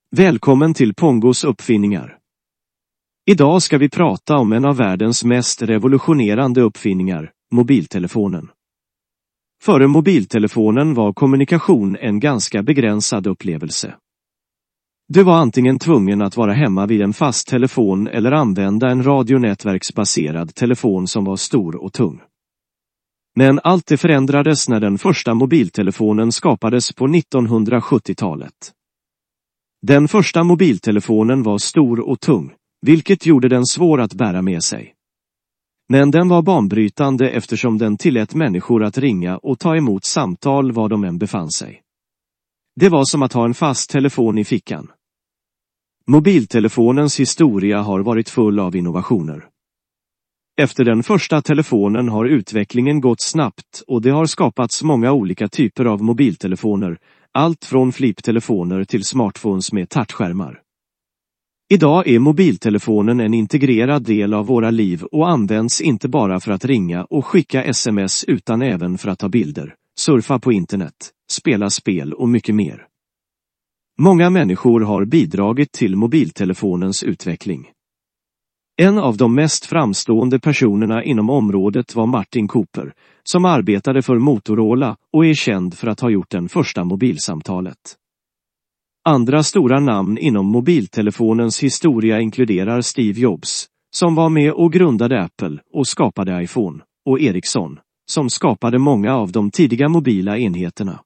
Välkommen till Pongos uppfinningar. Idag ska vi prata om en av världens mest revolutionerande uppfinningar, mobiltelefonen. Före mobiltelefonen var kommunikation en ganska begränsad upplevelse. Du var antingen tvungen att vara hemma vid en fast telefon eller använda en radionätverksbaserad telefon som var stor och tung. Men allt det förändrades när den första mobiltelefonen skapades på 1970-talet. Den första mobiltelefonen var stor och tung, vilket gjorde den svår att bära med sig. Men den var banbrytande eftersom den tillät människor att ringa och ta emot samtal var de än befann sig. Det var som att ha en fast telefon i fickan. Mobiltelefonens historia har varit full av innovationer. Efter den första telefonen har utvecklingen gått snabbt och det har skapats många olika typer av mobiltelefoner, allt från flipptelefoner till smartphones med touchskärmar. Idag är mobiltelefonen en integrerad del av våra liv och används inte bara för att ringa och skicka sms utan även för att ta bilder, surfa på internet, spela spel och mycket mer. Många människor har bidragit till mobiltelefonens utveckling. En av de mest framstående personerna inom området var Martin Cooper, som arbetade för Motorola och är känd för att ha gjort det första mobilsamtalet. Andra stora namn inom mobiltelefonens historia inkluderar Steve Jobs, som var med och grundade Apple och skapade iPhone, och Ericsson, som skapade många av de tidiga mobila enheterna.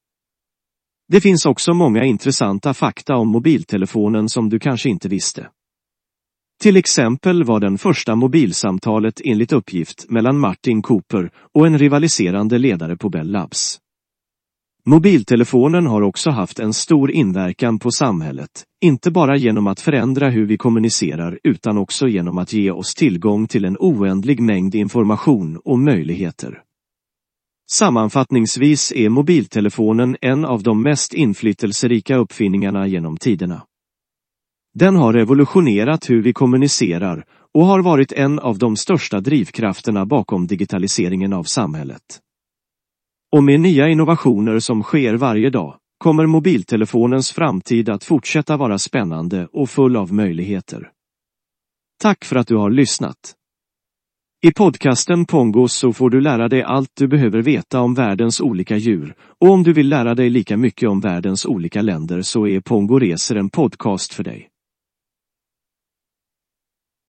Det finns också många intressanta fakta om mobiltelefonen som du kanske inte visste. Till exempel var den första mobilsamtalet enligt uppgift mellan Martin Cooper och en rivaliserande ledare på Bell Labs. Mobiltelefonen har också haft en stor inverkan på samhället, inte bara genom att förändra hur vi kommunicerar utan också genom att ge oss tillgång till en oändlig mängd information och möjligheter. Sammanfattningsvis är mobiltelefonen en av de mest inflytelserika uppfinningarna genom tiderna. Den har revolutionerat hur vi kommunicerar och har varit en av de största drivkrafterna bakom digitaliseringen av samhället. Och med nya innovationer som sker varje dag, kommer mobiltelefonens framtid att fortsätta vara spännande och full av möjligheter. Tack för att du har lyssnat. I podcasten Pongo så får du lära dig allt du behöver veta om världens olika djur, och om du vill lära dig lika mycket om världens olika länder så är Pongo Reser en podcast för dig.